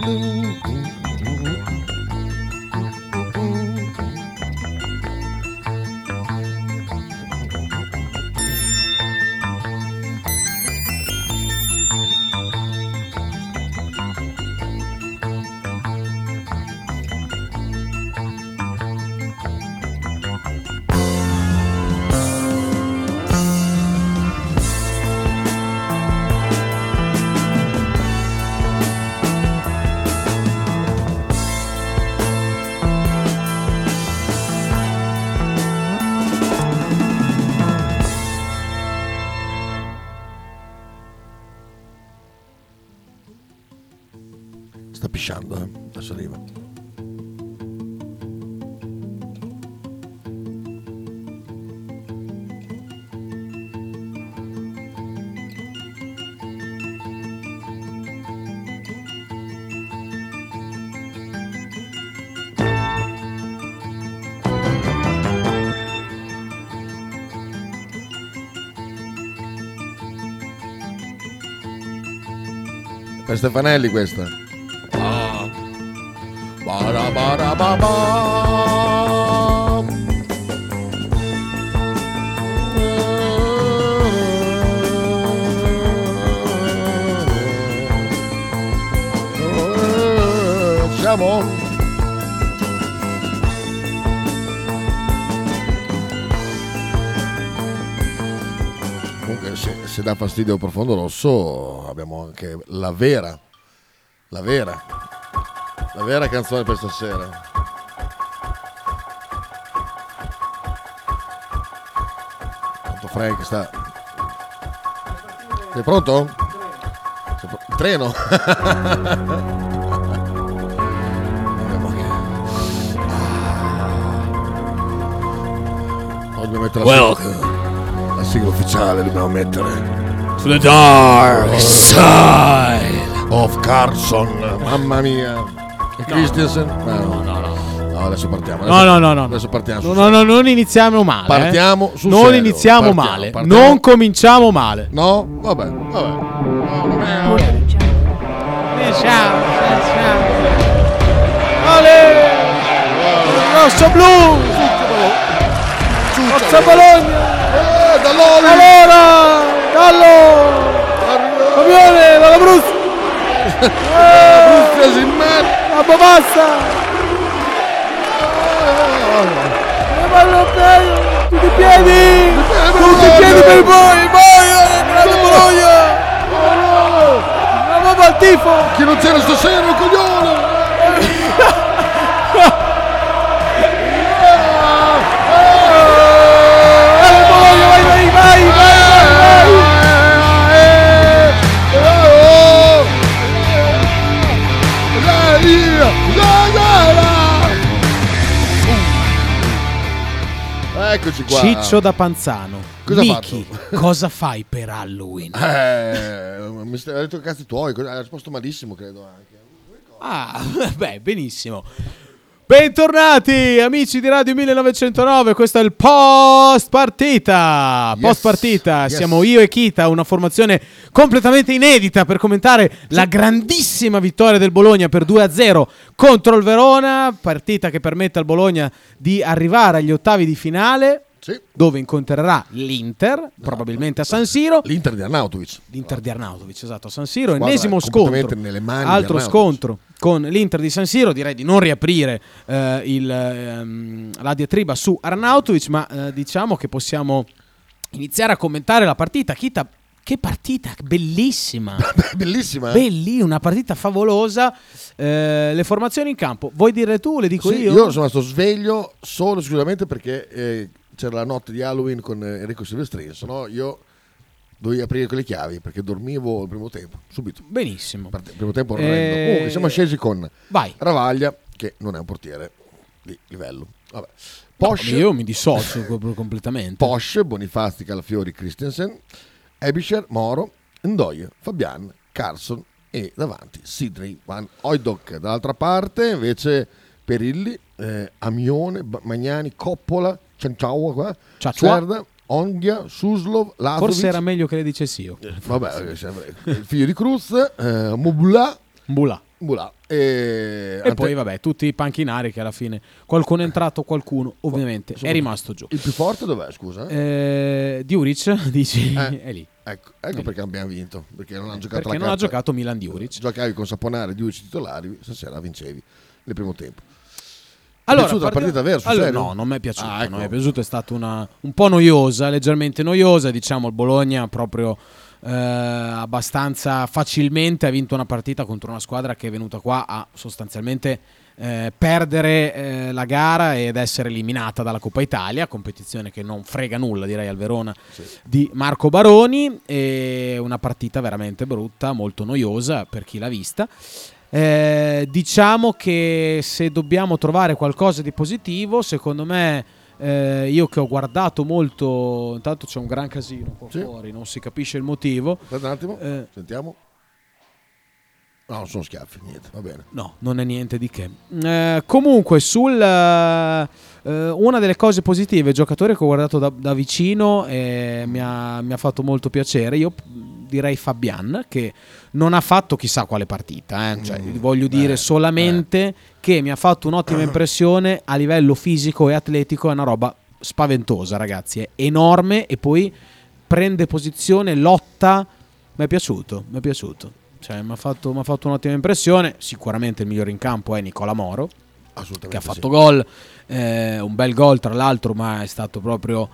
Sta pisciando, adesso arriva. Per Stefanelli questa. Siamo? Comunque se dà fastidio Profondo Rosso abbiamo anche la vera canzone per stasera. Tanto Frank sta. Sei pronto? Il treno? Dobbiamo mettere la sigla ufficiale, dobbiamo mettere To the dark side of Carson. Mamma mia. Christensen? No, adesso partiamo. No. Adesso partiamo. No, non iniziamo male. Partiamo sul Non serio. iniziamo male. Non cominciamo male. No? Vabbè. Ciao. Ale! Rosso blu! Forza Bologna! Allora! Gallo! Campione dall'Abruzzo! Abruzzo in mano! La Bovassa! Tutti i piedi! Tutti i piedi per il boia! Grande Bologna! Bravo al tifo! Chi non c'era stasera, un coglione! Eccoci qua. Ciccio da Panzano. Cosa Miki, cosa fai per Halloween? Mi hai detto cazzi tuoi, hai risposto malissimo, credo anche. Benissimo. Bentornati amici di Radio 1909, questo è il post partita. Yes. Siamo io e Kita, una formazione completamente inedita per commentare la grandissima vittoria del Bologna per 2-0 contro il Verona, partita che permette al Bologna di arrivare agli ottavi di finale. Sì. Dove incontrerà l'Inter, probabilmente a San Siro. L'Inter di Arnautovic, esatto, a San Siro, squadra ennesimo scontro, nelle mani altro di scontro con l'Inter di San Siro. Direi di non riaprire la diatriba su Arnautovic, ma diciamo che possiamo iniziare a commentare la partita. Kita, che partita bellissima! Bellissima, una partita favolosa. Le formazioni in campo, vuoi dire tu? Le dico io? Io sono stato sveglio solo esclusivamente perché c'era la notte di Halloween con Enrico Silvestrini, se no io dovevo aprire con le chiavi perché dormivo il primo tempo, subito. Benissimo. Il primo tempo orrendo. Comunque siamo scesi con Ravaglia, che non è un portiere di livello. Vabbè. Posch, io mi dissocio completamente. Posch, Bonifazzi, Calafiori, Christensen, Ebischer, Moro, Ndoye, Fabian, Carson e davanti Sidney Van Hooijdonk. Dall'altra parte invece Perilli, Amione, Magnani, Coppola, Cianciaua, Serda, Onghia, Suslov, Lazovic. Forse era meglio che le dicessi io. Vabbè, il figlio di Cruz, Mbula, Mulà. E poi vabbè, tutti i panchinari che alla fine qualcuno è entrato, qualcuno ovviamente è rimasto giù. Il più forte dov'è, scusa? Diuric, dici? È lì. Ecco perché abbiamo vinto, perché non hanno giocato perché non ha giocato Milan Diuric. Giocavi con Saponare, Diuric titolari, stasera vincevi nel primo tempo. Allora, è piaciuta la partita vero? No, non mi è piaciuta. Ecco. Non mi è piaciuta, è stata un po' noiosa, leggermente noiosa. Diciamo il Bologna proprio abbastanza facilmente ha vinto una partita contro una squadra che è venuta qua a sostanzialmente perdere la gara ed essere eliminata dalla Coppa Italia, competizione che non frega nulla, direi, al Verona di Marco Baroni. E una partita veramente brutta, molto noiosa per chi l'ha vista. Diciamo che se dobbiamo trovare qualcosa di positivo, secondo me, io che ho guardato molto, intanto c'è un gran casino qua fuori, non si capisce il motivo. Aspetta un attimo, sentiamo. No, non sono schiaffi, niente, va bene. No, non è niente di che. Comunque, una delle cose positive, il giocatore che ho guardato da vicino mi ha fatto molto piacere. Io direi Fabian, che non ha fatto chissà quale partita, cioè, voglio dire solamente che mi ha fatto un'ottima impressione a livello fisico e atletico. È una roba spaventosa, ragazzi, è enorme e poi prende posizione, lotta. Mi è piaciuto. Cioè, mi ha fatto un'ottima impressione. Sicuramente il migliore in campo è Nicola Moro, che ha fatto gol, un bel gol tra l'altro, ma è stato proprio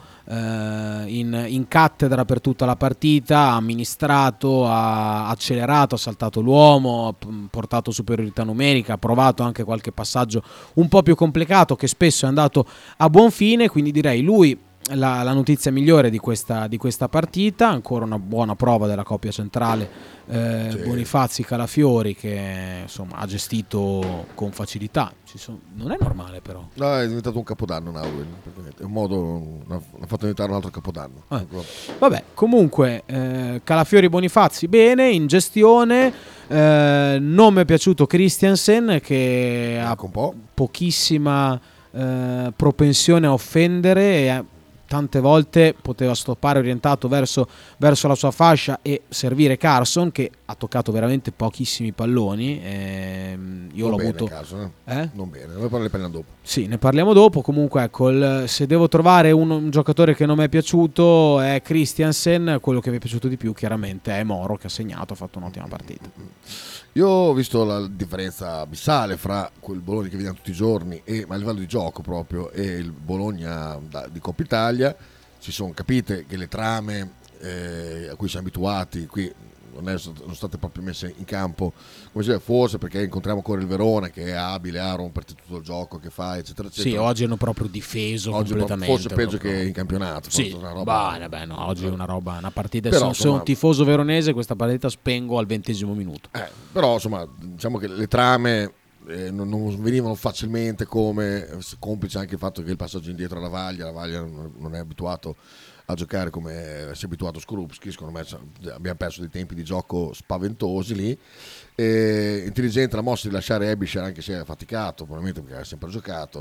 in cattedra per tutta la partita. Ha amministrato, ha accelerato, ha saltato l'uomo, ha portato superiorità numerica, ha provato anche qualche passaggio un po' più complicato che spesso è andato a buon fine. Quindi direi lui la notizia migliore di questa partita. Ancora una buona prova della coppia centrale Bonifazzi Calafiori, che insomma ha gestito con facilità. Non è normale, però. No, è diventato un capodanno Nauri, è un modo, ha fatto diventare un altro capodanno. Vabbè, comunque Calafiori Bonifazzi bene in gestione. Non mi è piaciuto Christiansen, che ha pochissima propensione a offendere e tante volte poteva stoppare orientato verso la sua fascia e servire Carson, che ha toccato veramente pochissimi palloni. Io non l'ho bene, avuto Carson, non bene, ne parliamo dopo. Sì, ne parliamo dopo. Comunque ecco, se devo trovare un giocatore che non mi è piaciuto è Christiansen. Quello che mi è piaciuto di più chiaramente è Moro, che ha segnato, ha fatto un'ottima partita. Io ho visto la differenza abissale fra quel Bologna che vediamo tutti i giorni ma a livello di gioco proprio, e il Bologna di Coppa Italia. Si sono capite che le trame a cui siamo abituati qui sono state proprio messe in campo, come si dice, forse perché incontriamo ancora il Verona che è abile a romperti tutto il gioco che fa, eccetera eccetera. Sì, oggi hanno proprio difeso completamente, forse peggio che in campionato. Sì, una roba... no, oggi è una partita. Però, se sono un tifoso veronese, questa partita spengo al 20° minuto. Però insomma, diciamo che le trame non venivano facilmente, come complice anche il fatto che il passaggio indietro alla Vaglia non è abituato a giocare come si è abituato Skorupski. Secondo me abbiamo perso dei tempi di gioco spaventosi lì. Intelligente la mossa di lasciare Ebischer, anche se è faticato, probabilmente perché ha sempre giocato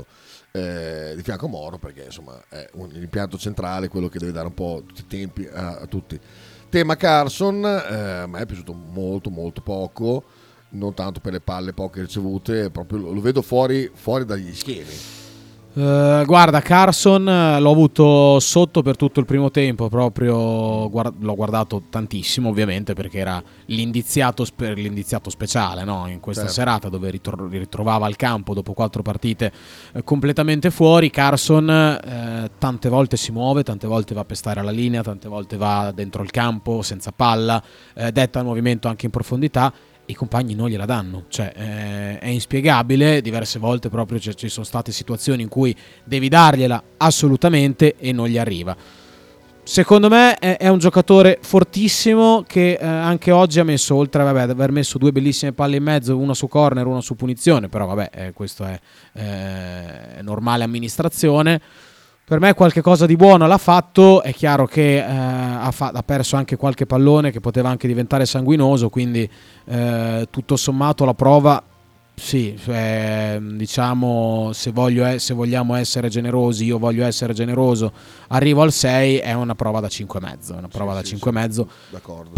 di fianco a Moro, perché insomma è l'impianto centrale, quello che deve dare un po' tutti i tempi a tutti. Tema Carson, a me è piaciuto molto molto poco, non tanto per le palle poche ricevute, proprio lo vedo fuori dagli schemi. Guarda, Carson l'ho avuto sotto per tutto il primo tempo, proprio l'ho guardato tantissimo, ovviamente, perché era l'indiziato speciale, no? In questa serata, dove ritrovava il campo dopo 4 partite completamente fuori. Carson tante volte si muove, tante volte va a pestare alla linea, tante volte va dentro il campo senza palla, detta il movimento anche in profondità. I compagni non gliela danno, cioè è inspiegabile. Diverse volte proprio ci sono state situazioni in cui devi dargliela assolutamente e non gli arriva. Secondo me è un giocatore fortissimo, che anche oggi ha messo, oltre ad aver messo 2 bellissime palle in mezzo, una su corner, una su punizione, però vabbè, questo è normale amministrazione. Per me qualche cosa di buono l'ha fatto. È chiaro che ha perso anche qualche pallone che poteva anche diventare sanguinoso, quindi tutto sommato la prova Sì, diciamo, se vogliamo essere generosi, io voglio essere generoso, arrivo al 6, è una prova da 5,5, è una prova da 5,5, d'accordo.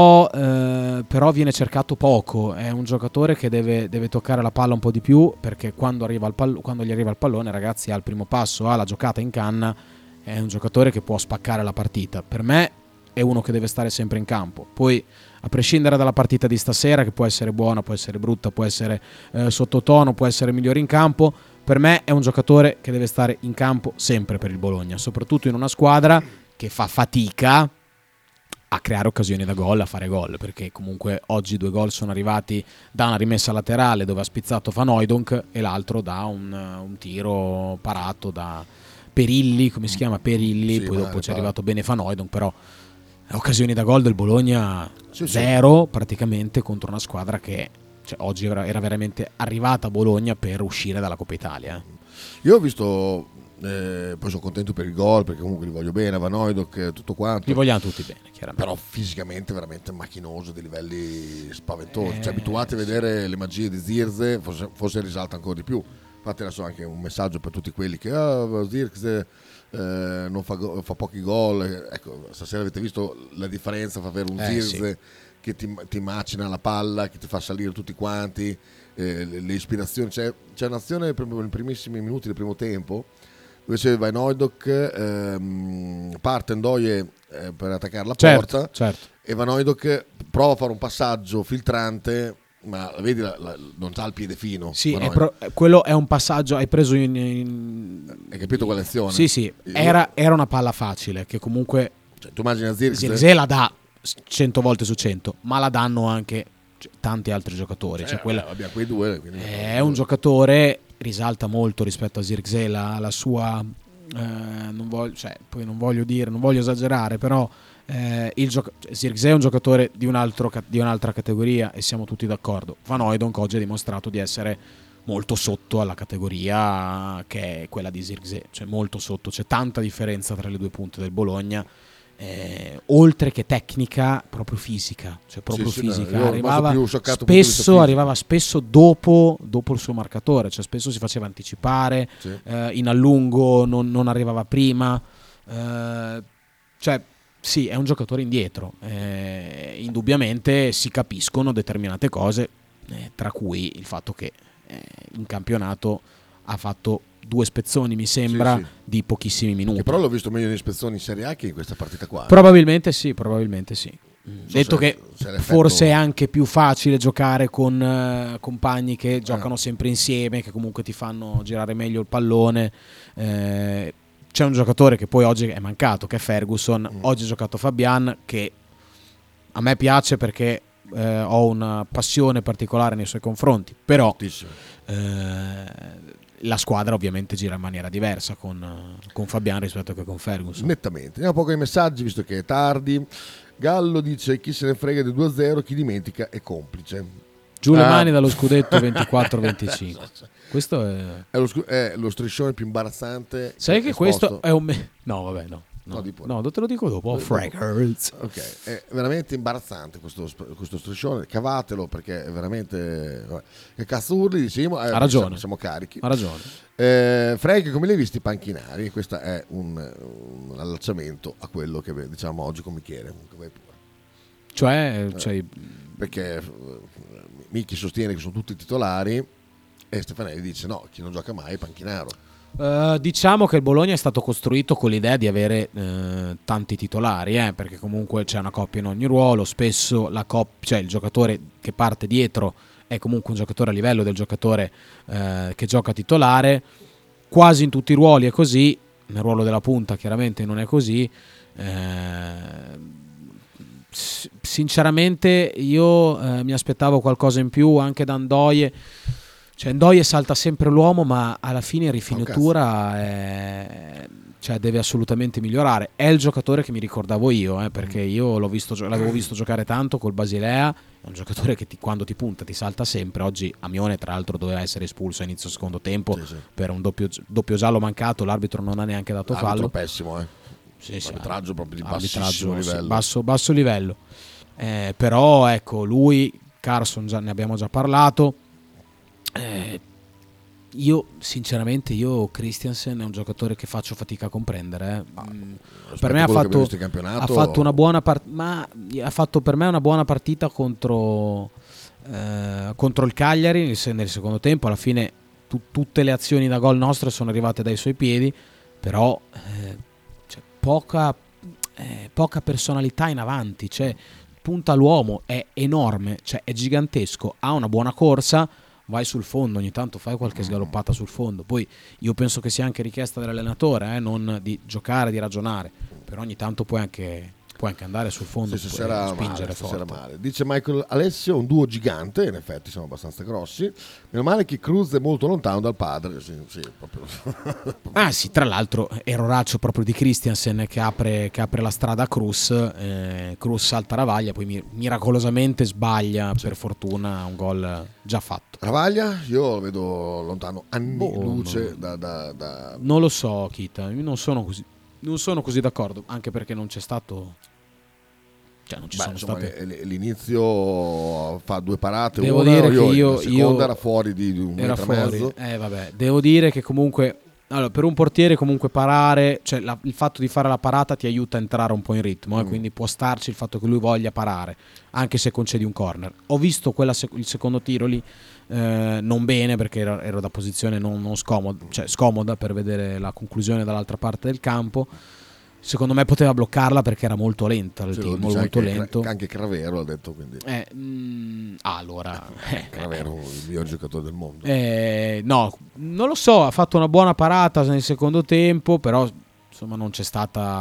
però viene cercato poco, è un giocatore che deve toccare la palla un po' di più, perché quando gli arriva il pallone, ragazzi, ha il primo passo, ha la giocata in canna, è un giocatore che può spaccare la partita. Per me è uno che deve stare sempre in campo. Poi, a prescindere dalla partita di stasera, che può essere buona, può essere brutta, può essere sottotono, può essere migliore in campo, per me è un giocatore che deve stare in campo sempre per il Bologna, soprattutto in una squadra che fa fatica a creare occasioni da gol, a fare gol, perché comunque oggi 2 gol sono arrivati da una rimessa laterale dove ha spizzato Van Hooijdonk e l'altro da un tiro parato da Perilli, come si chiama? Perilli, Sì, poi dopo c'è male. arrivato bene Van Hooijdonk, però occasioni da gol del Bologna Sì, sì. zero praticamente, contro una squadra che oggi era veramente arrivata a Bologna per uscire dalla Coppa Italia. Io ho visto, poi sono contento per il gol, perché comunque li voglio bene, Van Hooijdonk, tutto quanto. Li vogliamo tutti bene, chiaramente. Però fisicamente veramente macchinoso, dei livelli spaventosi. Cioè, abituati a vedere le magie di Zirkzee, forse risalta ancora di più. Infatti adesso anche un messaggio per tutti quelli che Zirkzee non fa pochi gol. Ecco, stasera avete visto la differenza fra avere un Zirkzee che ti macina la palla, che ti fa salire tutti quanti, le ispirazioni. C'è un'azione proprio nei primissimi minuti del primo tempo dove c'è Van Hooijdonk, parte Ndoye per attaccare la porta, certo. e Van Hooijdonk prova a fare un passaggio filtrante, ma vedi non ha il piede fino. Sì, quello è un passaggio, hai preso hai capito quale azione? Sì, era una palla facile che comunque, cioè, tu immagini Zirkzee la dà 100 volte su 100, ma la danno anche tanti altri giocatori. Abbiamo quei due. È un giocatore, risalta molto rispetto a Zirkzee la sua poi non voglio esagerare, però Zirkzee è un giocatore di un'altra categoria e siamo tutti d'accordo. Van Hooijdonk oggi ha dimostrato di essere molto sotto alla categoria che è quella di Zirkzee, cioè molto sotto, c'è tanta differenza tra le due punte del Bologna. Oltre che tecnica, proprio fisica, cioè proprio fisica. Arrivava spesso dopo il suo marcatore, cioè spesso si faceva anticipare, in allungo, non arrivava prima, cioè sì, è un giocatore indietro. Indubbiamente si capiscono determinate cose, tra cui il fatto che in campionato ha fatto 2 spezzoni, mi sembra, di pochissimi minuti. Che però l'ho visto meglio in spezzoni in Serie A che in questa partita qua. Probabilmente sì. Detto che forse è anche più facile giocare con compagni che giocano sempre insieme, che comunque ti fanno girare meglio il pallone. C'è un giocatore che poi oggi è mancato, che è Ferguson. Oggi ha giocato Fabian, che a me piace perché ho una passione particolare nei suoi confronti, però la squadra ovviamente gira in maniera diversa con Fabian rispetto che con Ferguson. Nettamente. Andiamo poco ai messaggi, visto che è tardi. Gallo dice: chi se ne frega del 2-0, chi dimentica è complice. Giù le mani dallo scudetto 24-25. Questo è lo striscione più imbarazzante. Sai che questo è un no, vabbè, no. No, te lo dico dopo. Fraggers. Ok, è veramente imbarazzante questo striscione. Cavatelo, perché è veramente. Che cazzo urli? Diciamo, ha ragione. Siamo carichi. Ha ragione. Frank, come li hai visti i panchinari? Questo è un allacciamento a quello che diciamo oggi con Michele. Cioè perché Micchi sostiene che sono tutti titolari e Stefanelli dice no, chi non gioca mai è panchinaro. Diciamo che il Bologna è stato costruito con l'idea di avere tanti titolari, perché comunque c'è una coppia in ogni ruolo, spesso cioè il giocatore che parte dietro è comunque un giocatore a livello del giocatore che gioca titolare. Quasi in tutti i ruoli è così, nel ruolo della punta chiaramente non è così. Sinceramente io mi aspettavo qualcosa in più anche da Ndoye. Cioè Ndoye salta sempre l'uomo, ma alla fine in rifinitura deve assolutamente migliorare. È il giocatore che mi ricordavo io, perché io l'avevo visto giocare tanto col Basilea. È un giocatore che quando ti punta ti salta sempre. Oggi Amione tra l'altro doveva essere espulso a inizio secondo tempo per un doppio giallo mancato. L'arbitro non ha neanche dato fallo. Pessimo, arbitraggio proprio di bassissimo livello. Basso livello. Però ecco, lui, Carson ne abbiamo già parlato. Io sinceramente Christiansen è un giocatore che faccio fatica a comprendere. Per me ha fatto una buona ma ha fatto per me una buona partita contro il Cagliari nel secondo tempo. Alla fine tutte le azioni da gol nostre sono arrivate dai suoi piedi, però cioè, poca personalità in avanti, cioè, punta all'uomo, è enorme, cioè, è gigantesco, ha una buona corsa, vai sul fondo, ogni tanto fai qualche sgaloppata sul fondo. Poi io penso che sia anche richiesta dell'allenatore, non di giocare, di ragionare, però ogni tanto puoi anche andare sul fondo, sì, spingere forte. Male. Dice Michael Alessio, un duo gigante, in effetti siamo abbastanza grossi, meno male che Cruz è molto lontano dal padre. Sì, proprio. Sì, tra l'altro erroraccio proprio di Christiansen che apre la strada a Cruz, Cruz salta Ravaglia, poi miracolosamente sbaglia, per fortuna un gol già fatto. Ravaglia io lo vedo lontano anni luce da... Non lo so, Kita, io non sono così d'accordo, anche perché non c'è stato, cioè non ci sono state. L'inizio fa 2 parate, devo dire che la seconda era fuori di un metro e mezzo. Vabbè, devo dire che comunque, allora, per un portiere comunque parare, cioè il fatto di fare la parata ti aiuta a entrare un po' in ritmo, quindi può starci il fatto che lui voglia parare, anche se concedi un corner. Ho visto il secondo tiro lì, non bene, perché ero da posizione non scomoda, cioè scomoda per vedere la conclusione dall'altra parte del campo. Secondo me poteva bloccarla perché era molto lenta il team, molto lento. Anche Cravero ha detto, quindi. Allora Cravero il miglior giocatore del mondo. No, non lo so, ha fatto una buona parata nel secondo tempo, però insomma non c'è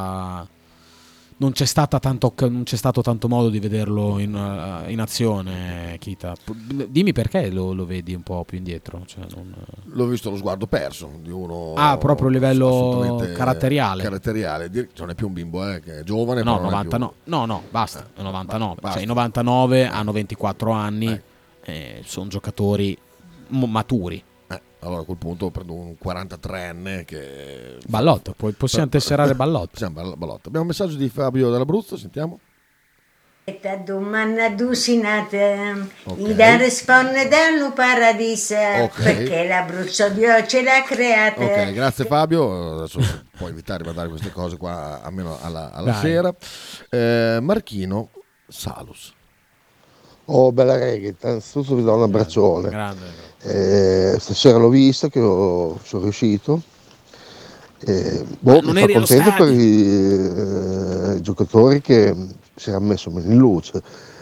stato tanto modo di vederlo in azione, Kita. Dimmi perché lo vedi un po' più indietro, cioè l'ho visto lo sguardo perso di uno proprio a livello caratteriale, non è più un bimbo, che è giovane, no, però 99 no, basta, è 99, basta. Cioè i 99 hanno 24 anni, sono giocatori maturi. Allora a quel punto prendo un 43enne che... Ballotta, poi possiamo tesserare Ballotta. Abbiamo un messaggio di Fabio dall'Abruzzo, sentiamo. Questa domanda dusinata mi da rispondere dal paradiso, perché l'Abruzzo Dio ce l'ha creata. Ok, grazie Fabio, adesso puoi evitare di mandare queste cose qua almeno alla sera. Marchino Salus. Oh, bella reghita, innanzitutto vi do un abbraccione. Grande. Stasera l'ho vista, che sono riuscito. Non mi eri fa allo contento per stadio. i giocatori che si erano messi in luce.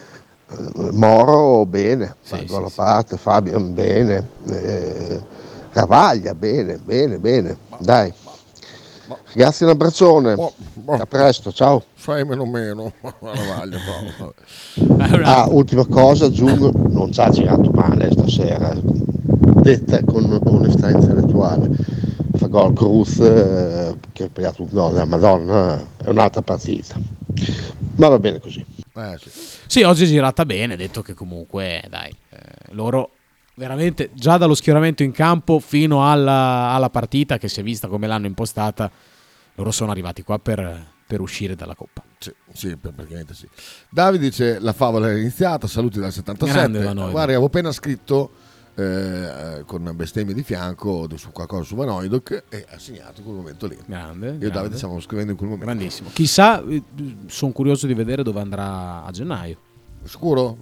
Moro bene, gol a parte, Fabian bene, Ravaglia bene, dai. Grazie, un abbraccione, a presto, ciao. Fai meno Ravaglia. Ultima cosa, aggiungo, non ci ha girato male stasera, detta con onestà intellettuale. Fa gol Cruz, che ha pigliato un gol, Madonna, è un'altra partita, ma va bene così. Sì, oggi è girata bene, detto che comunque dai, loro veramente già dallo schieramento in campo fino alla partita che si è vista come l'hanno impostata, loro sono arrivati qua per uscire dalla Coppa. Sì, praticamente sì. Davide dice la favola è iniziata, saluti dal 77. Guarda, avevo appena scritto con bestemmie di fianco su qualcosa su Vanoidok e ha segnato in quel momento lì. Grande. Io e Davide stiamo scrivendo in quel momento. Grandissimo. Chissà, sono curioso di vedere dove andrà a gennaio. Sicuro?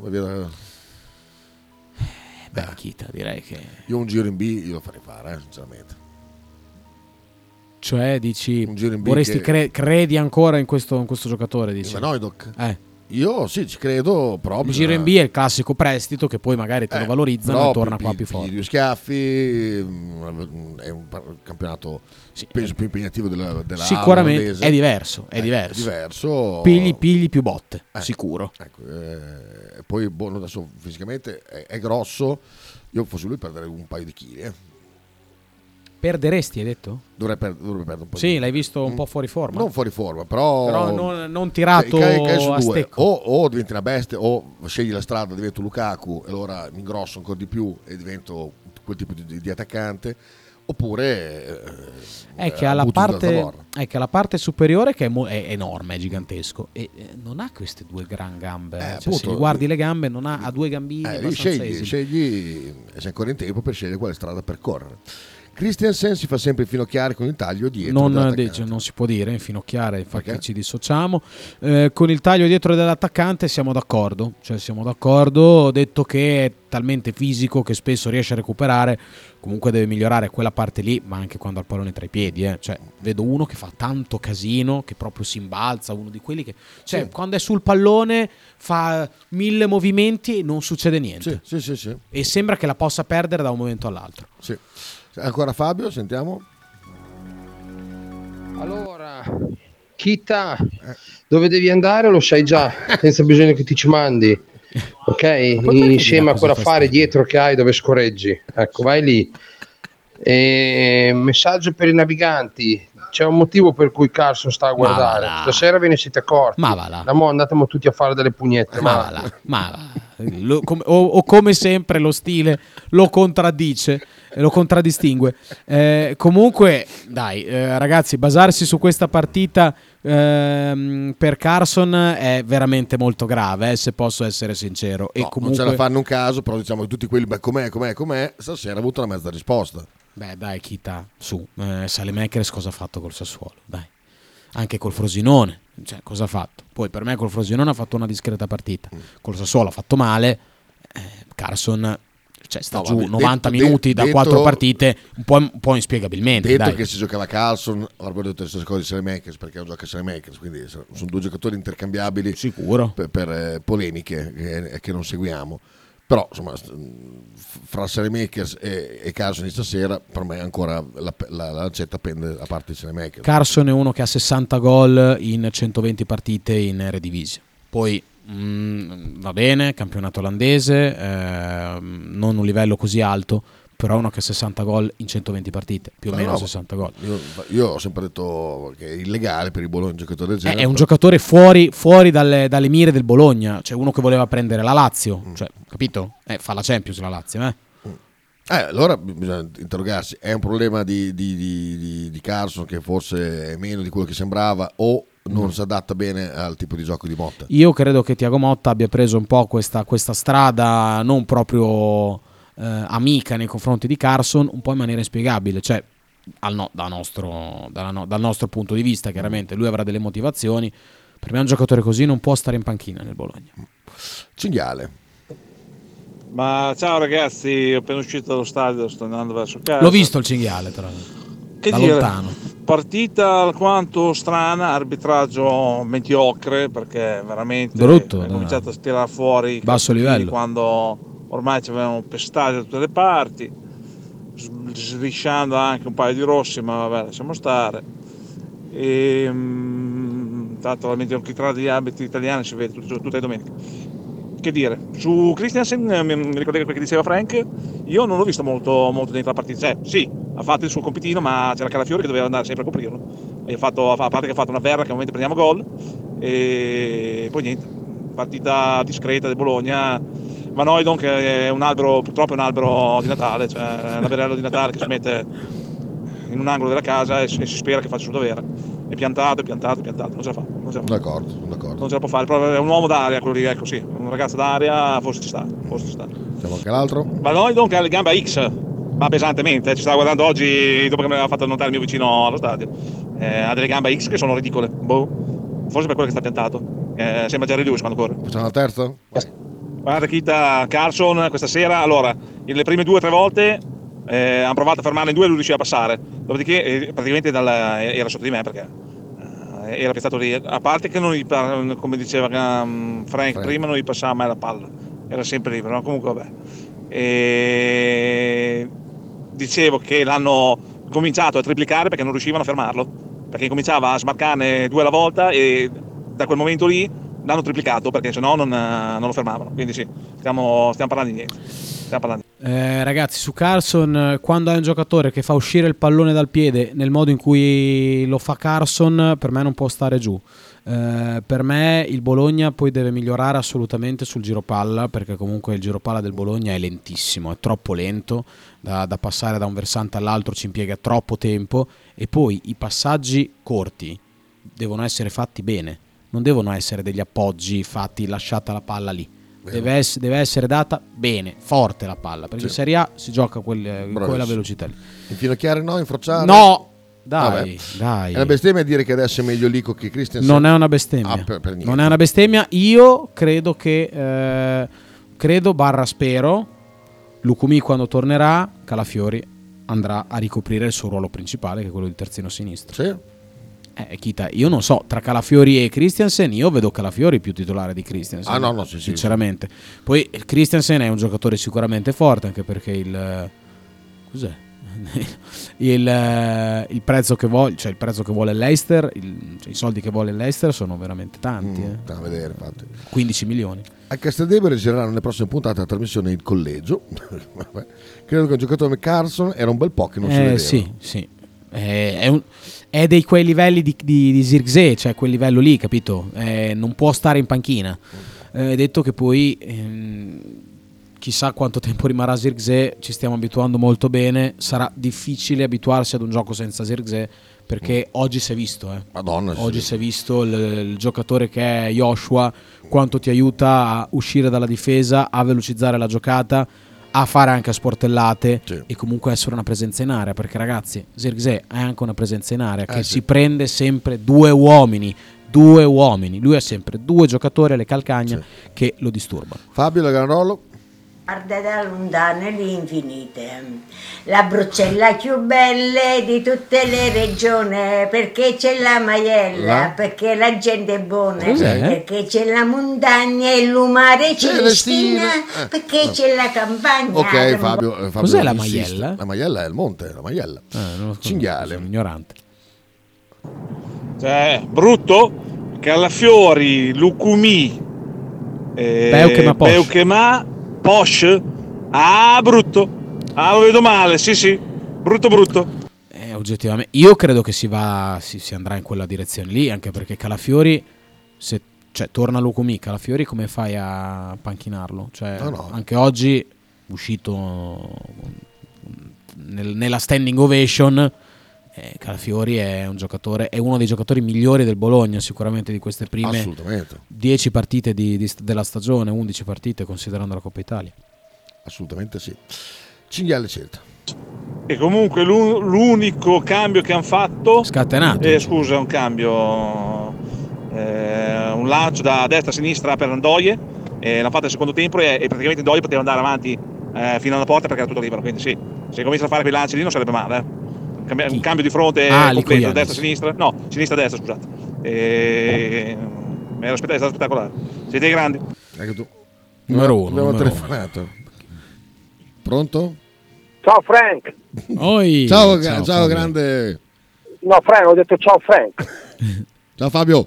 Kita, direi che... Io un giro in B io lo farei fare, sinceramente. Cioè, dici, vorresti credi ancora in questo giocatore? Dici? Vanoidok? Io sì, ci credo proprio. Il giro in B è il classico prestito che poi magari te lo valorizzano e torna qua più forte. 2 schiaffi, è un campionato penso più impegnativo della sicuramente è diverso. Pigli più botte, sicuro. Ecco, poi adesso fisicamente è grosso. Io fossi lui perderei un paio di chili. Perderesti, hai detto? Dovrebbe perdere un po'. Sì, l'hai visto un po' fuori forma. Non fuori forma, però non tirato a stecco. O diventi una bestia, o scegli la strada, divento Lukaku e allora mi ingrosso ancora di più e divento quel tipo di attaccante, oppure è che ha la butti da parte, zavorra. è che ha la parte superiore che è enorme, è gigantesco, e non ha queste due gran gambe. Cioè, appunto, se gli guardi le gambe, non ha due gambine Lì abbastanza esili. scegli, sei ancora in tempo per scegliere quale strada percorrere. Christiansen si fa sempre infinocchiare con il taglio dietro dell'attaccante. Non si può dire infinocchiare, infatti Perché? ci dissociamo. Con il taglio dietro dell'attaccante siamo d'accordo, ho detto che è talmente fisico che spesso riesce a recuperare, comunque deve migliorare quella parte lì, ma anche quando ha il pallone tra i piedi. Cioè, vedo uno che fa tanto casino, che proprio si imbalza, uno di quelli che Sì. quando è sul pallone fa 1000 movimenti e non succede niente. Sì. E sembra che la possa perdere da un momento all'altro. Sì. Ancora Fabio, sentiamo. Allora, Kita, dove devi andare lo sai già, senza bisogno che ti ci mandi, ok? Ma poi perché Insieme mi a dà quell'affare così fastidio? dietro che hai dove scorreggi, ecco, vai lì. E messaggio per i naviganti, c'è un motivo per cui Carson sta a guardare, va là. stasera ve ne siete accorti, Ma va là. da mo' andatemo tutti a fare delle pugnette, Ma va là, ma va. O come sempre lo stile lo contraddice e lo contraddistingue. Comunque dai, ragazzi, basarsi su questa partita per Carson è veramente molto grave, se posso essere sincero. E No, comunque non ce la fanno un caso, però diciamo che tutti quelli, com'è, stasera ha avuto una mezza risposta. beh dai, Kita, su, Saelemaekers cosa ha fatto col Sassuolo? Dai, anche col Frosinone, cioè, cosa ha fatto? Poi per me col Frosinone ha fatto una discreta partita, col Sassuolo ha fatto male. Carson sta No, giù vabbè, 90 detto- minuti da detto- 4 partite, un po' inspiegabilmente. Detto dai. che si giocava Carlson, avrebbe detto le stesse cose di Saelemaekers, perché non gioca Saelemaekers, quindi sono due giocatori intercambiabili Sicuro. per polemiche che non seguiamo. Però insomma, fra Saelemaekers e Carlson di stasera, per me ancora la lancetta pende da parte di Saelemaekers. Carson è uno che ha 60 gol in 120 partite in Eredivisie. Poi va bene, campionato olandese, non un livello così alto, però uno che ha 60 gol in 120 partite, più o Ma meno no, 60 gol. Io ho sempre detto che è illegale per il Bologna un giocatore del genere. È un giocatore fuori dalle mire del Bologna, cioè uno che voleva prendere la Lazio, cioè, capito? Fa la Champions la Lazio, Allora bisogna interrogarsi, è un problema di Carlson che forse è meno di quello che sembrava o non si adatta bene al tipo di gioco di Motta? Io credo che Thiago Motta abbia preso un po' questa strada non proprio amica nei confronti di Carlson, un po' in maniera inspiegabile, cioè dal nostro punto di vista chiaramente lui avrà delle motivazioni. Per me un giocatore così non può stare in panchina nel Bologna. Cinghiale. Ma ciao ragazzi, ho appena uscito dallo stadio, sto andando verso casa. L'ho visto il cinghiale tra l'altro, Che da dire, lontano. partita alquanto strana, arbitraggio mediocre perché veramente Brutto, ha no. cominciato a tirare fuori i Basso cartellini livello. quando ormai ci avevano pestato da tutte le parti, svisciando anche un paio di rossi, ma vabbè, lasciamo stare. Tanto la mediocrità degli arbitri italiani si vede tutte le domeniche. Che dire, su Christiansen mi ricordate quel che diceva Frank, io non l'ho visto molto dentro la partita, cioè sì, ha fatto il suo compitino, ma c'era Calafiori che doveva andare sempre a coprirlo, e a parte che ha fatto una verra che al momento prendiamo gol, e poi niente, partita discreta del Bologna. Van Hooijdonk che è un albero, purtroppo è un albero di Natale, cioè è un alberello di Natale che si mette in un angolo della casa e si spera che faccia il suo dovere. È piantato, non ce la fa. D'accordo. Non ce la può fare, però è un uomo d'aria quello lì, ecco sì, un ragazzo d'aria, forse ci sta. Siamo anche l'altro. Van Hooijdonk ha le gambe a X, ma pesantemente, ci stava guardando oggi dopo che mi aveva fatto notare il mio vicino allo stadio. Ha delle gambe a X che sono ridicole, forse per quello che sta piantato. Sembra Jerry Lewis quando corre. Facciamo la terza? Guardate Kita, Carlson questa sera, allora, le prime 2 o 3 volte hanno provato a fermarne in 2 e lui riusciva a passare, dopodiché praticamente era sotto di me perché era piazzato lì, a parte che non gli, come diceva Frank prima, non gli passava mai la palla, era sempre lì, però comunque vabbè. E dicevo che l'hanno cominciato a triplicare perché non riuscivano a fermarlo, perché cominciava a smarcarne 2 alla volta e da quel momento lì l'hanno triplicato perché sennò non lo fermavano, quindi sì, stiamo parlando di niente. Ragazzi, su Carlson, quando hai un giocatore che fa uscire il pallone dal piede nel modo in cui lo fa Carlson, per me non può stare giù. Per me il Bologna poi deve migliorare assolutamente sul giro palla, perché comunque il giro palla del Bologna è lentissimo, è troppo lento da passare da un versante all'altro, ci impiega troppo tempo, e poi i passaggi corti devono essere fatti bene, non devono essere degli appoggi fatti lasciata la palla lì. Deve essere data bene, forte la palla, perché in Serie A si gioca quella velocità lì. Infinocchiare no, infrociare? No! Dai. È una bestemmia dire che adesso è meglio Lico che Christensen? Non è una bestemmia. Per non è una bestemmia. Io credo che spero Lucumi, quando tornerà, Calafiori andrà a ricoprire il suo ruolo principale, che è quello di terzino sinistro. Sì. Chita, io non so, tra Calafiori e Christensen io vedo Calafiori più titolare di Christensen. No, sinceramente. Poi Christensen è un giocatore sicuramente forte, anche perché cos'è? il prezzo che vuole, cioè il prezzo che vuole Leicester, i soldi che vuole Leicester sono veramente tanti. Da vedere, infatti. 15 milioni. A Casteldebole gireranno nelle prossime puntate la trasmissione Il Collegio. Credo che un giocatore come Carlson era un bel po' che non si vedeva. Sì. È dei quei livelli di Zirkzee, cioè quel livello lì, capito? Non può stare in panchina. Detto che poi chissà quanto tempo rimarrà Zirkzee, ci stiamo abituando molto bene. Sarà difficile abituarsi ad un gioco senza Zirkzee, perché oggi si è visto. Madonna, oggi si è visto il giocatore che è Joshua, quanto ti aiuta a uscire dalla difesa, a velocizzare la giocata, a fare anche sportellate e comunque essere una presenza in area, perché ragazzi Zirkzee è anche una presenza in area che si prende sempre due uomini, lui ha sempre due giocatori alle calcagna che lo disturbano. Fabio Lagaranrolo. Guarda da lontano l'infinite, la Bruxella più bella di tutte le regioni, perché c'è la maiella, perché la gente è buona, perché c'è la montagna e l'umare Celestina, perché c'è la campagna. Ok, Fabio cos'è la maiella? La maiella è il monte, la maiella. Cinghiale. Sono ignorante. Brutto, Calafiori, Lucumi, Beukema, Posh. Brutto. Lo vedo male, sì. Brutto. Oggettivamente io credo che si andrà in quella direzione lì, anche perché Calafiori, se torna Lucumi, Calafiori come fai a panchinarlo? No. Anche oggi uscito nella standing ovation, Calafiori è un giocatore, è uno dei giocatori migliori del Bologna, sicuramente di queste prime 10 partite della stagione, 11 partite considerando la Coppa Italia. Assolutamente sì. Cinghiale Celta. E comunque l'unico cambio che hanno fatto scatenato, un cambio, un lancio da destra a sinistra per Ndoye, l'hanno fatto nel secondo tempo e praticamente Ndoye poteva andare avanti fino alla porta perché era tutto libero, quindi sì, se comincia a fare quei lanci lì non sarebbe male. Un cambio di fronte completo, destra-sinistra, no, sinistra-destra, scusate. È stato spettacolare. Siete grandi. Ecco tu. Numero uno. Abbiamo telefonato. Pronto? Ciao Frank. Oi. Ciao grande. No, Frank, ho detto ciao Frank. Ciao Fabio.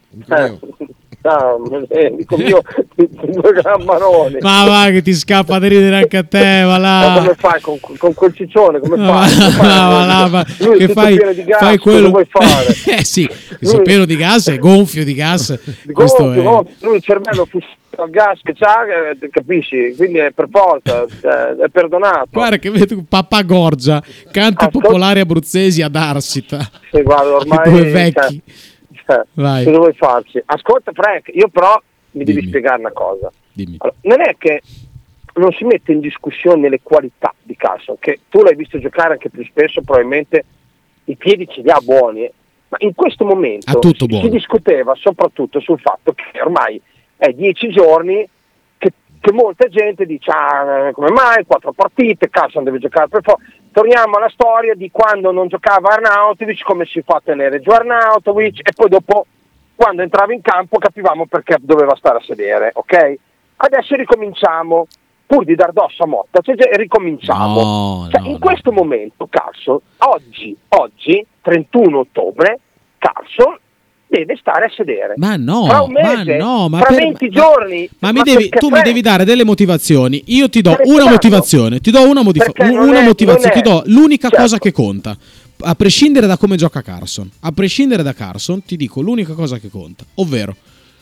Dico mio, due grammaroni. Ma va che ti scappa di ridere anche a te, va là. Ma come fai con quel ciccione? Come fai? Che fai quello vuoi fare? Sì, il pieno di gas è gonfio di gas. Gonfio. Lui il cervello al gas che c'ha, capisci? Quindi è per forza, è perdonato. Guarda che vedo Papà Gorgia, canti popolari abruzzesi ad Arsita. Sì, guarda, ormai due vecchi. Vai. Cosa vuoi farci? Ascolta Frank, io però mi devi spiegare una cosa. Allora, non è che non si mette in discussione le qualità di Carlson, che tu l'hai visto giocare anche più spesso, probabilmente i piedi ce li ha buoni, ma in questo momento si discuteva soprattutto sul fatto che ormai è 10 giorni che molta gente dice come mai 4 partite, Carlson deve giocare per forza. Torniamo alla storia di quando non giocava Arnautovic, come si fa a tenere giù Arnautovic, e poi dopo quando entrava in campo capivamo perché doveva stare a sedere, ok? Adesso ricominciamo, pur di dar dosso a Motta, ricominciamo. In questo momento Carlson, oggi 31 ottobre, Carlson deve stare a sedere. Ma no, fra un mese, fra 20 giorni. Ma tu mi devi dare delle motivazioni. Io ti do una motivazione. Ti do l'unica cosa che conta. A prescindere da come gioca Carson. A prescindere da Carson, ti dico l'unica cosa che conta. Ovvero,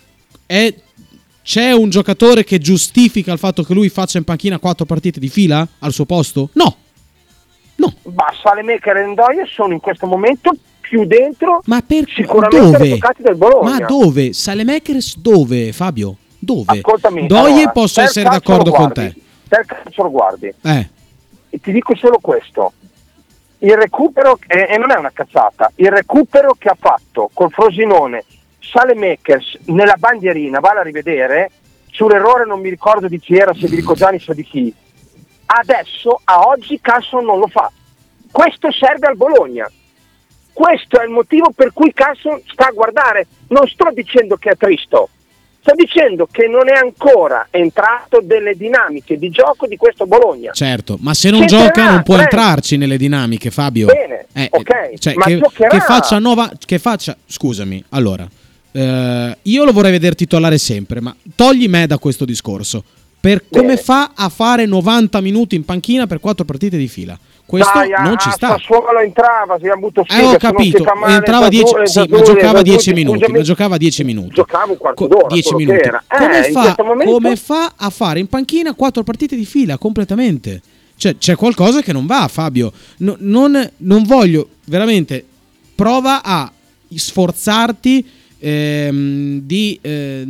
c'è un giocatore che giustifica il fatto che lui faccia in panchina 4 partite di fila al suo posto? No. Ma Salemaker e Ndoye sono in questo momento più dentro, ma sicuramente dove? Giocati del Bologna. Ma dove? Salemaker dove, Fabio? Dove? Ascoltami, Ndoye posso essere d'accordo con te. Per calcio lo guardi. E ti dico solo questo. Il recupero, e non è una cazzata, il recupero che ha fatto col Frosinone Salemaker nella bandierina, vale a rivedere, sull'errore non mi ricordo di chi era, se di Ricogiani o di chi. Adesso, a oggi, Carson non lo fa. Questo serve al Bologna. Questo è il motivo per cui Carson sta a guardare. Non sto dicendo che è tristo, sto dicendo che non è ancora entrato nelle dinamiche di gioco di questo Bologna. Certo, ma se non gioca non può entrarci nelle dinamiche, Fabio. Bene, ok, cioè, ma che faccia, scusami, allora, io lo vorrei vedere titolare sempre, ma togli me da questo discorso. Come fa a fare 90 minuti in panchina per 4 partite di fila? Questo non ci sta. Sassuolo entrava, si è avuto ho capito, entrava 10 ma giocava 10 minuti, ma giocava 10 minuti. Giocava un quarto d'ora, 10 minuti. Come fa a fare in panchina 4 partite di fila completamente? Cioè, c'è qualcosa che non va, Fabio. Non voglio, veramente, prova a sforzarti di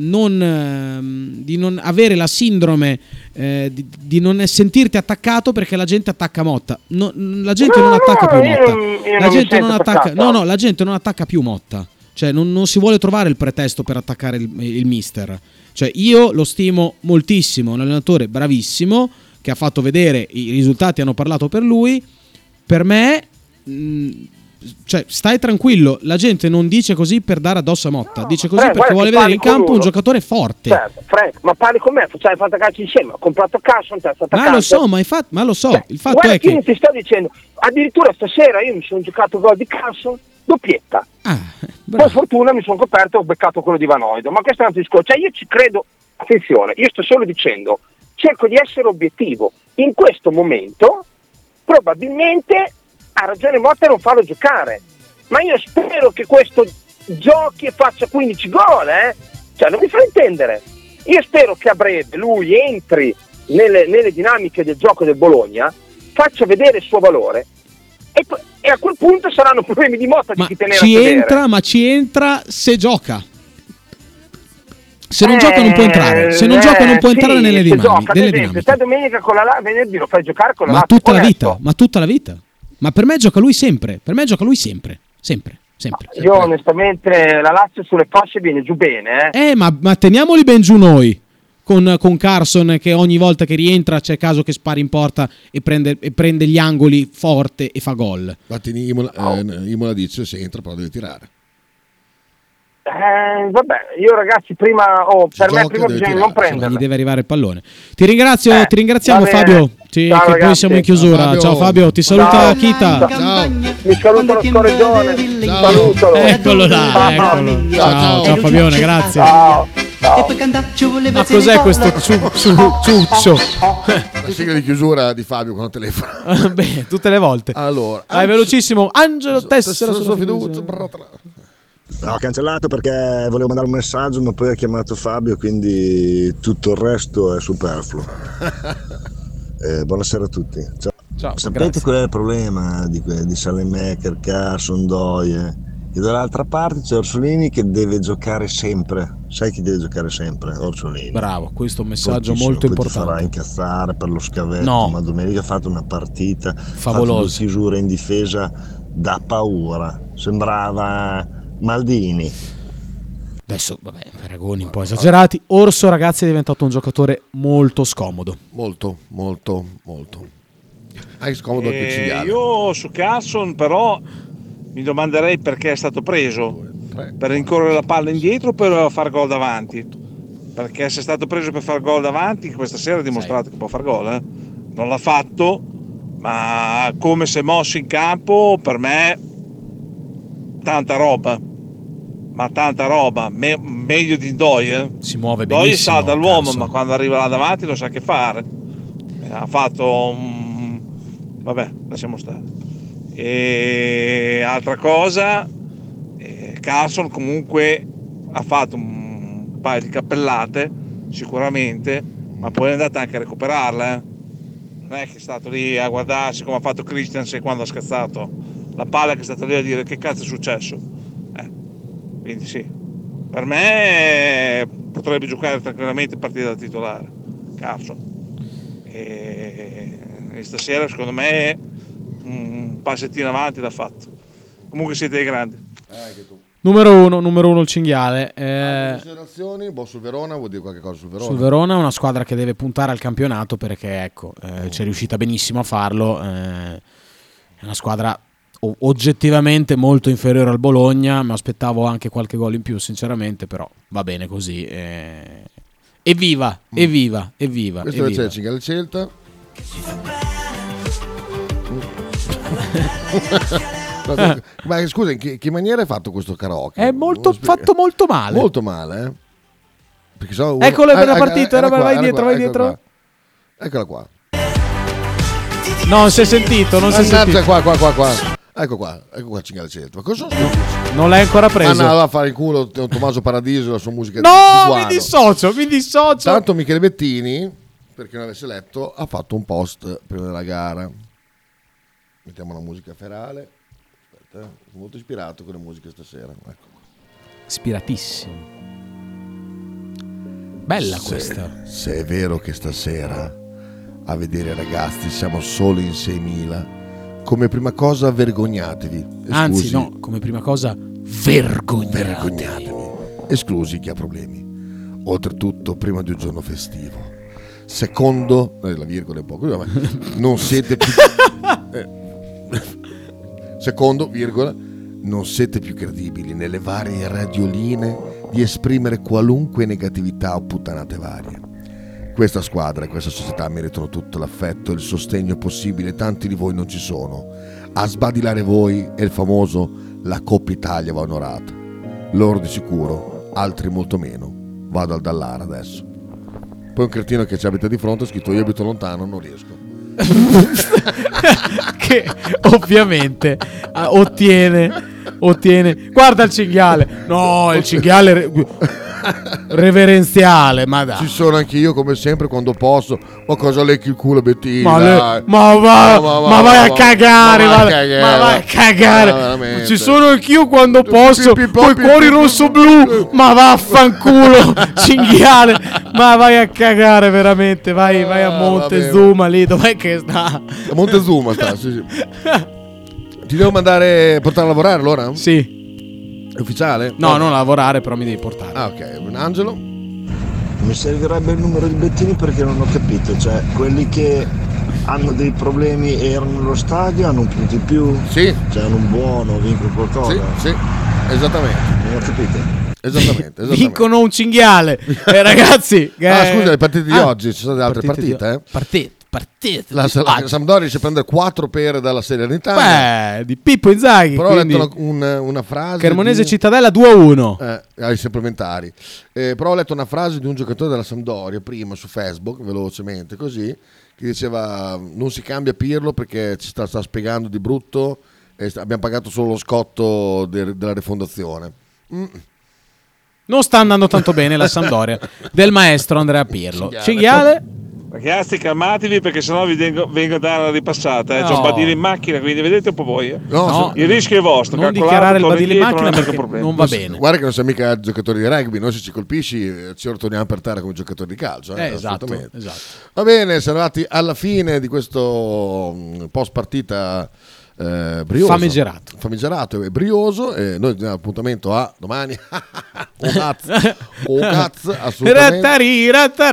non avere la sindrome di non sentirti attaccato perché la gente attacca Motta. La gente non attacca più Motta. La gente non attacca più Motta. Cioè non si vuole trovare il pretesto per attaccare il mister. Cioè io lo stimo moltissimo, un allenatore bravissimo che ha fatto vedere i risultati, hanno parlato per lui. Per me cioè stai tranquillo, la gente non dice così per dare addosso a Motta, dice così perché vuole vedere in campo un giocatore forte. Certo, Frank, ma parli con me, facciamo il fantacalcio insieme, ho comprato Carson, ma lo so, cioè, il fatto è che ti sto dicendo, addirittura stasera io mi sono giocato gol di Carson, doppietta. Per fortuna mi sono coperto, ho beccato quello di Vanoido, ma questo è un altro discorso. Cioè io ci credo, attenzione, io sto solo dicendo, cerco di essere obiettivo. In questo momento probabilmente ha ragione Motta a non farlo giocare, ma io spero che questo giochi e faccia 15 gol, cioè non mi fa intendere. Io spero che a breve lui entri nelle dinamiche del gioco del Bologna, faccia vedere il suo valore e a quel punto saranno problemi di Motta di chi tenere a sedere. Ma ci entra se gioca. Se non gioca non può entrare. Se non gioca non può entrare nelle dinamiche. Sta domenica con venerdì lo fai giocare con la Ma tutta la vita. Ma per me gioca lui sempre. Sempre. Io onestamente la Lazio sulle fasce viene giù bene. Ma teniamoli ben giù noi. Con Carson che ogni volta che rientra c'è caso che spari in porta e prende gli angoli forte e fa gol. Infatti Imola dice se entra però deve tirare. Vabbè, io ragazzi prima bisogna non prendere. Gli deve arrivare il pallone. Ti ringraziamo Fabio. Ciao, che poi siamo in chiusura. Ciao Fabio, ti saluta Kita. Ciao. Mi saluta lo scorreggione. Salutalo. Eccolo là, eccolo. Ciao Fabione, grazie. Ciao. Ma cos'è questo ciuccio? La sigla di chiusura di Fabio quando telefona. Beh, tutte le volte. Allora, vai velocissimo. Angelo Tessera sua fiducia. No, ho cancellato perché volevo mandare un messaggio, ma poi ha chiamato Fabio, quindi tutto il resto è superfluo. Buonasera a tutti. Ciao. Sapete grazie. qual è il problema di Salemaker, Carson, Ndoye? E dall'altra parte c'è Orsolini che deve giocare sempre. Sai chi deve giocare sempre? Orsolini. Bravo, questo è un messaggio molto importante. Ti farà incazzare per lo scavetto, ma domenica ha fatto una partita favolosa, chiusura in difesa da paura. Sembrava Maldini. Adesso, vabbè, paragoni un po' esagerati. Orso, ragazzi, è diventato un giocatore molto scomodo. Molto. Hai scomodo anche il ciliare. Io su Carson però mi domanderei perché è stato preso. Per rincorrere la palla indietro o per far gol davanti? Perché se è stato preso per far gol davanti, questa sera ha dimostrato che può far gol. Non l'ha fatto, ma come si è mosso in campo, per me tanta roba. ma tanta roba, meglio di Ndoye. Si muove Ndoye benissimo. salta l'uomo, Carson. ma quando arriva là davanti non sa che fare. Ha fatto vabbè, lasciamo stare. E altra cosa, Carson comunque ha fatto un paio di cappellate sicuramente, ma poi è andata anche a recuperarla, non è che è stato lì a guardarsi come ha fatto Christensen quando ha scazzato la palla, che è stato lì a dire che cazzo è successo. Quindi sì, per me potrebbe giocare tranquillamente partita da titolare Carson, e stasera secondo me un passettino avanti l'ha fatto. Comunque siete dei grandi. Anche tu. Numero uno il cinghiale. Considerazioni? Sul Verona, vuol dire qualche cosa sul Verona? Sul Verona è una squadra che deve puntare al campionato, perché ecco, c'è riuscita benissimo a farlo. È una squadra oggettivamente molto inferiore al Bologna, mi aspettavo anche qualche gol in più sinceramente, però va bene così. Evviva. Questo invece è il cinghiale Celta. Ma scusa, in che maniera hai fatto questo karaoke? È fatto molto male. Molto male, eh? Perché Eccolo, era partito, vai dietro. Eccola qua. Non si è sentito, non si è sentito. Qua. Ecco qua il cinghiale Celta. Ma cosa sono? Non l'hai ancora preso. Andava a fare il culo Tommaso Paradiso e la sua musica. No, mi dissocio. Tanto Michele Bettini, per chi non avesse letto, ha fatto un post prima della gara. Mettiamo la musica ferale. Aspetta, sono molto ispirato con le musiche stasera. Ecco qua. Ispiratissimo. Bella questa. Se è vero che stasera a vedere i ragazzi siamo solo in 6.000, come prima cosa vergognatevi. Anzi no, come prima cosa vergognatevi. Esclusi chi ha problemi. Oltretutto prima di un giorno festivo. Secondo, la virgola è un po' così, ma non siete più secondo, virgola, non siete più credibili nelle varie radioline di esprimere qualunque negatività o puttanate varie. Questa squadra e questa società meritano tutto l'affetto e il sostegno possibile, tanti di voi non ci sono. A sbadilare voi è il famoso la Coppa Italia va onorata. Loro di sicuro, altri molto meno. Vado al Dallara adesso. Poi un cretino che ci abita di fronte ha scritto io abito lontano, non riesco. Che ovviamente ottiene. Guarda il cinghiale. No, il cinghiale reverenziale, ma dai. Ci sono anche io come sempre quando posso. Ma cosa lecchi il culo Bettini? Ma vai a cagare, ma vai a cagare. Ci sono anch'io quando posso. Poi cuori rosso blu, ma vaffanculo cinghiale, ma vai a cagare veramente. Vai a Montezuma lì, dov'è che sta? A Montezuma sta, sì. Ti devo portare a lavorare allora? Sì. È ufficiale? No, non lavorare, però mi devi portare. Ah, ok. Angelo? Mi servirebbe il numero di Bettini perché non ho capito, cioè quelli che hanno dei problemi e erano nello stadio hanno un punto in più? Sì. Cioè hanno un buono, vincono qualcosa? Sì, esattamente. Non ho capito. Esattamente. Vincono un cinghiale. Ragazzi. Scusa, le partite di oggi, ci sono delle altre partite? Partite. La Sampdoria riesce a prendere 4 pere dalla Salernitana. Beh, di Pippo Inzaghi. Però ho letto una frase Cremonese Cittadella 2-1 ai supplementari. Però ho letto una frase di un giocatore della Sampdoria prima su Facebook, velocemente così, che diceva non si cambia Pirlo perché ci sta spiegando di brutto e abbiamo pagato solo lo scotto della rifondazione. Non sta andando tanto bene la Sampdoria del maestro Andrea Pirlo. Cinghiale? Ragazzi, calmatevi perché sennò vi vengo a dare la ripassata. C'ho un badile in macchina, quindi vedete un po' voi. No, il rischio è vostro. Non dichiarare il badile in macchina perché non va bene. Guarda che non sei mica giocatori di rugby, noi se ci colpisci ci ritorniamo per terra come giocatori di calcio. Esatto. Va bene, siamo arrivati alla fine di questo post partita brioso, famigerato e brioso, e noi diamo appuntamento a domani. Cazzo, assolutamente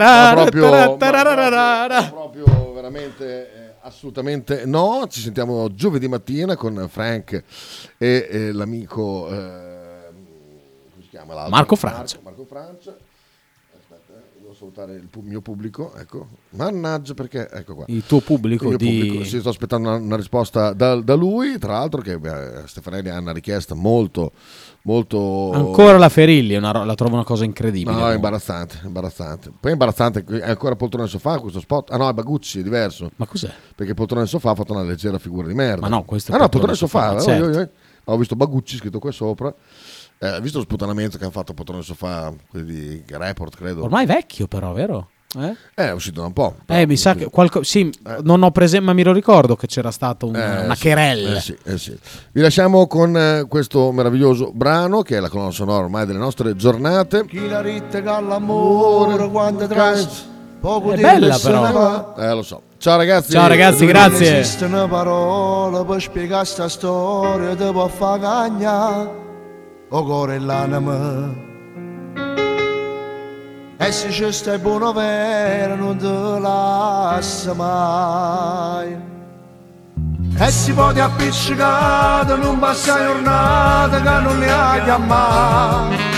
proprio veramente assolutamente no. Ci sentiamo giovedì mattina con Frank e l'amico come si chiama l'altro? Marco Francia. Aspetta, devo salutare il mio pubblico, ecco. Mannaggia, perché ecco qua. Il tuo pubblico? Sì, sto aspettando una risposta da lui, tra l'altro, che Stefanelli ha una richiesta molto Ancora la Ferilli, la trovo una cosa incredibile. No, è imbarazzante. Poi è imbarazzante, è ancora Poltrona del Sofà questo spot. Ah no, è Bagucci, è diverso. Ma cos'è? Perché Poltrona del Sofà ha fatto una leggera figura di merda. Ma no, questo è Poltrona del Sofà. certo. Ho visto Bagucci scritto qua sopra. Hai visto lo sputanamento che hanno fatto Poltrona del Sofà, quelli di Report, credo. Ormai vecchio però, vero? È uscito da un po'. Mi sa che non ho presente, ma mi lo ricordo che c'era stato una querella. Sì. Vi lasciamo con questo meraviglioso brano che è la colonna sonora ormai delle nostre giornate. Chi la rittega all'amore quando poco è bella però. Lo so. Ciao ragazzi, grazie. Non esistono parole per spiegare sta storia, ti può far cagnare o cuore e l'anima. E se ci stai buono vero non te lascia mai. E si può appiccicare, non passa giornata che non ne hai chiamato.